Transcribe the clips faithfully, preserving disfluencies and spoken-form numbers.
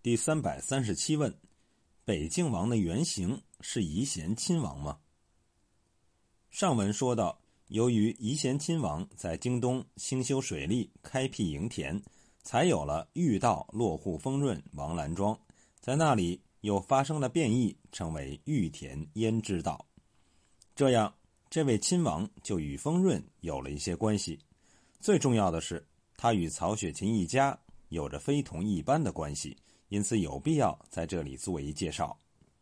第三百三十七问：北静王的原型是宜贤亲王吗？上文说到，由于宜贤亲王在京东兴修水利，开辟营田，才有了御道落户丰润王兰庄，在那里又发生了变异，成为御田胭脂道。这样，这位亲王就与丰润有了一些关系。最重要的是，他与曹雪芹一家有着非同一般的关系，因此有必要在这里作为介绍。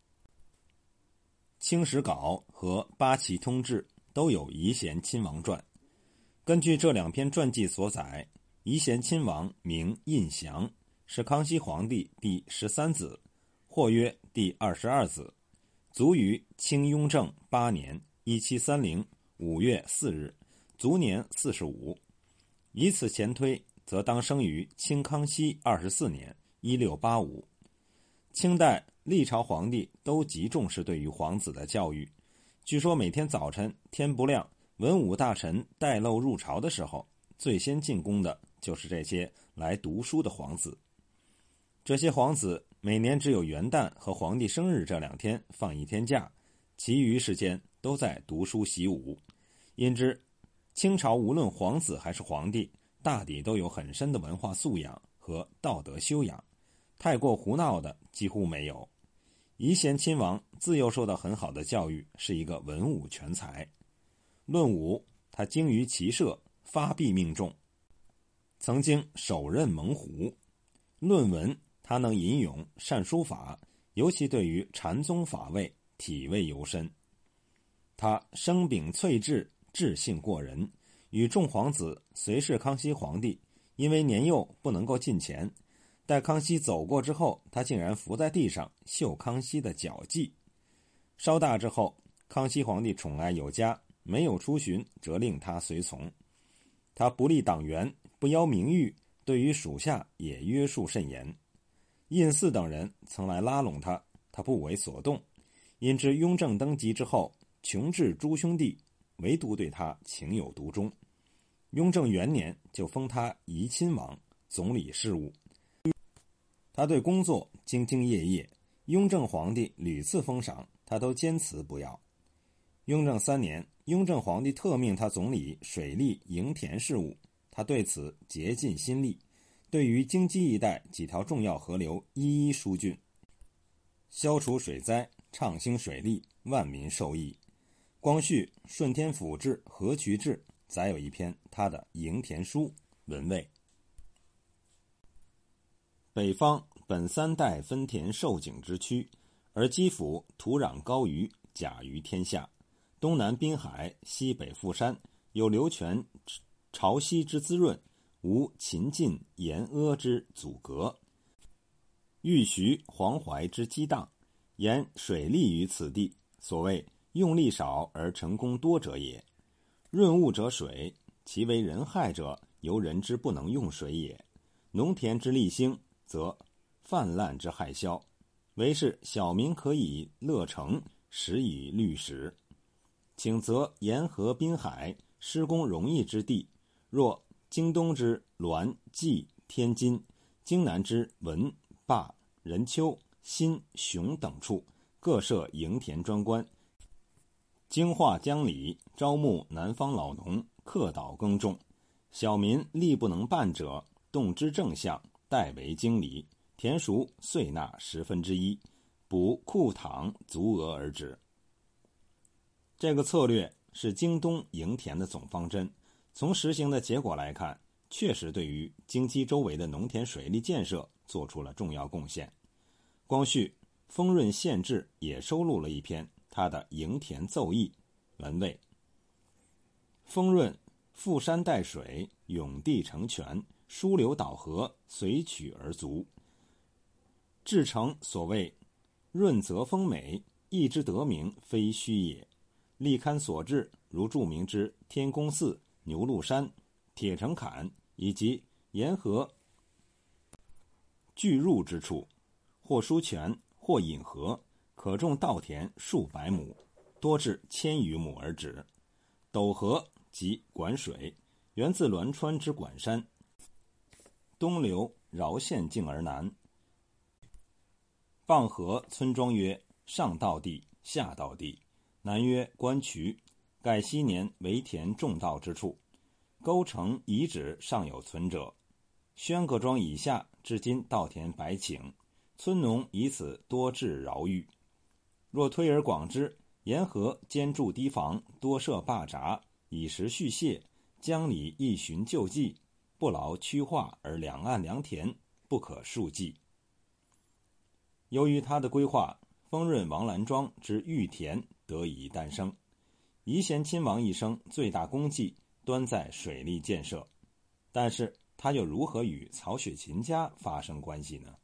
清史稿和八旗通志都有宜贤亲王传。根据这两篇传记所载，宜贤亲王名胤祥，是康熙皇帝第十三子，或曰第二十二子，卒于清雍正八年一七三零五月四日，卒年四十五。以此前推，则当生于清康熙二十四年一六八五。清代历朝皇帝都极重视对于皇子的教育，据说每天早晨天不亮，文武大臣带漏入朝的时候，最先进宫的就是这些来读书的皇子。这些皇子每年只有元旦和皇帝生日这两天放一天假，其余时间都在读书习武。因之，清朝无论皇子还是皇帝，大抵都有很深的文化素养和道德修养，太过胡闹的几乎没有。宜贤亲王自幼受到很好的教育，是一个文武全才。论武，他精于骑射，发臂命中，曾经首任猛虎。论文，他能吟咏，善书法，尤其对于禅宗法味体味尤深。他生秉粹智，智性过人，与众皇子随侍康熙皇帝，因为年幼不能够近前，待康熙走过之后，他竟然伏在地上嗅康熙的脚迹。稍大之后，康熙皇帝宠爱有加，没有出巡则令他随从。他不立党员，不邀名誉，对于属下也约束甚严。胤祀等人曾来拉拢他，他不为所动。因知雍正登基之后穷治诸兄弟，唯独对他情有独钟。雍正元年就封他宜亲王，总理事务。他对工作兢兢业业，雍正皇帝屡次封赏，他都坚持不要。雍正三年，雍正皇帝特命他总理水利营田事务，他对此竭尽心力，对于京畿一带几条重要河流一一疏浚，消除水灾，畅兴水利，万民受益。光绪《顺天府志河渠志》载有一篇他的营田书，文谓：北方本三代分田受景之区，而基辅土壤高于，甲于天下。东南滨海，西北富山，有流泉潮汐之滋润，无秦晋延阿之阻隔，欲徐黄淮之激荡，沿水利于此地，所谓用力少而成功多者也。润物者水，其为人害者，由人之不能用水也。农田之利兴，则泛滥之害消，为是小民可以乐成，实以律实。请则沿河滨海，施工容易之地，若京东之滦、蓟、天津，京南之文、坝、任丘、新、雄等处，各设营田专官，经划江里，招募南方老农，客岛耕种。小民力不能办者，动之正向，代为经理，田熟遂纳十分之一，补库躺足额而止。这个策略是京东营田的总方针，从实行的结果来看，确实对于京畿周围的农田水利建设做出了重要贡献。光绪《丰润县志》也收录了一篇他的营田奏议，文谓：丰润覆山带水，涌地成泉，疏流导河，随曲而足，至成所谓润泽丰美，义之得名非虚也。历刊所至，如著名之天宫寺、牛鹿山、铁城坎以及沿河聚入之处，或疏泉，或引河，可种稻田数百亩，多至千余亩而止。斗河即管水，源自栾川之管山，东流饶县境而南， 傍河村庄曰上道地，下道地，南曰关渠，盖昔年为田种稻之处。沟城遗址尚有存者。宣葛庄以下至今稻田百顷，村农以此多致饶狱。若推而广之，沿河兼筑堤防，多设坝闸，以时蓄泄，江里一循旧迹，不劳曲化而两岸良田，不可数计。由于他的规划，丰润王兰庄之玉田得以诞生。宜贤亲王一生最大功绩端在水利建设，但是他又如何与曹雪芹家发生关系呢？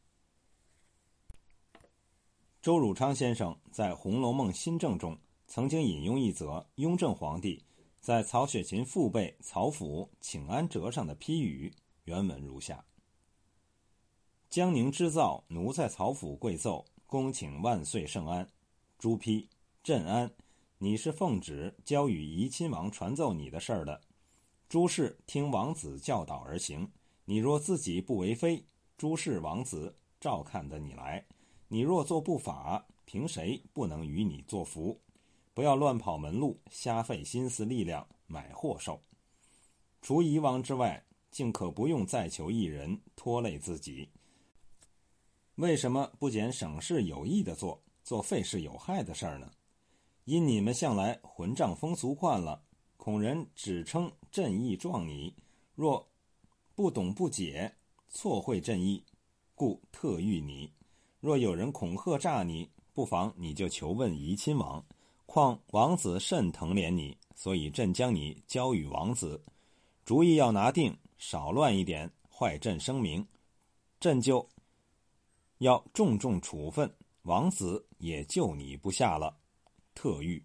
周汝昌先生在《红楼梦新政》中曾经引用一则雍正皇帝在曹雪芹父辈曹府请安折上的批语，原文如下：江宁织造奴在曹府跪奏，恭请万岁圣安。朱批：朕安，你是奉旨交与怡亲王传奏你的事儿的，诸事听王子教导而行，你若自己不为非，诸事王子照看得你来，你若做不法，凭谁不能与你作福？不要乱跑门路，瞎费心思力量买祸受。除夷王之外，竟可不用再求一人，拖累自己。为什么不捡省事有益的做，做费事有害的事儿呢？因你们向来混账风俗惯了，恐人只称朕意撞你，若不懂不解，错会朕意，故特谕你。若有人恐吓诈你，不妨你就求问怡亲王，况王子甚疼怜你，所以朕将你交与王子。主意要拿定，少乱一点，坏朕声名，朕就要重重处分，王子也救你不下了。特谕。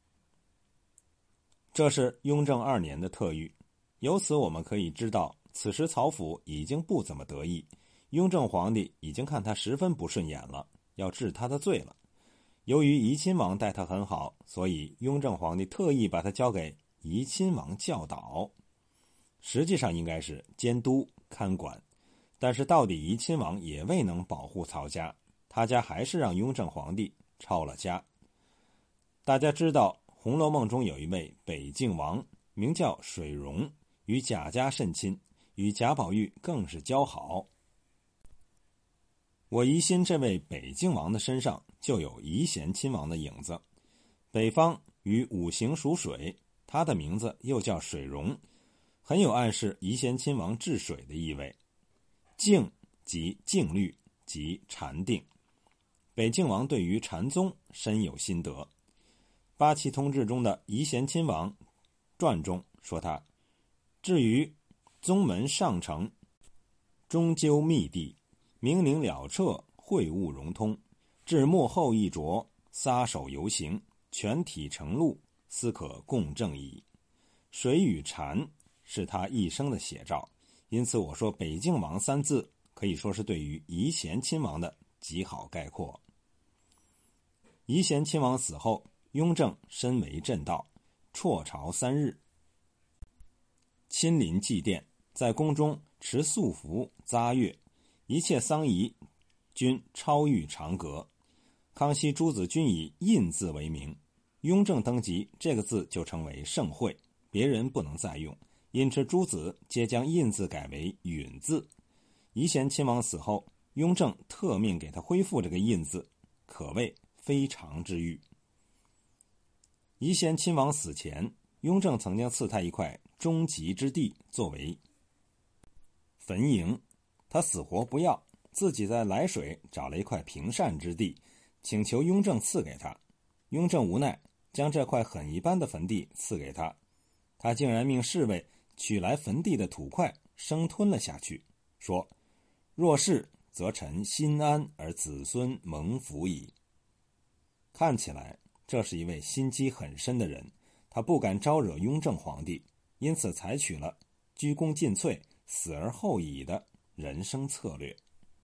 这是雍正二年的特谕，由此我们可以知道，此时曹府已经不怎么得意，雍正皇帝已经看他十分不顺眼了，要治他的罪了。由于怡亲王待他很好，所以雍正皇帝特意把他交给怡亲王教导，实际上应该是监督看管。但是到底怡亲王也未能保护曹家，他家还是让雍正皇帝抄了家。大家知道《红楼梦》中有一位北静王，名叫水溶，与贾家甚亲，与贾宝玉更是交好。我疑心这位北静王的身上就有宜贤亲王的影子。北方与五行属水，他的名字又叫水溶，很有暗示宜贤亲王治水的意味。静即静虑，即禅定。北静王对于禅宗深有心得。八旗通志中的宜贤亲王传中说他至于宗门上承，终究密地，明灵了彻，会悟融通，至末后一着，撒手游行，全体成路，斯可共正矣。水与禅是他一生的写照，因此我说北静王三字可以说是对于宜贤亲王的极好概括。宜贤亲王死后，雍正身为正道，辍朝三日，亲临祭奠，在宫中持素服匝月，一切丧仪均超逾常格。康熙诸子均以胤字为名，雍正登基，这个字就称为圣惠，别人不能再用，因此诸子皆将胤字改为允字。宜贤亲王死后，雍正特命给他恢复这个胤字，可谓非常之誉。宜贤亲王死前，雍正曾经赐他一块终极之地作为坟茔，他死活不要，自己在涞水找了一块平善之地，请求雍正赐给他。雍正无奈，将这块很一般的坟地赐给他，他竟然命侍卫取来坟地的土块生吞了下去，说：若是则臣心安而子孙蒙福矣。看起来这是一位心机很深的人，他不敢招惹雍正皇帝，因此采取了鞠躬尽瘁，死而后已的人生策略。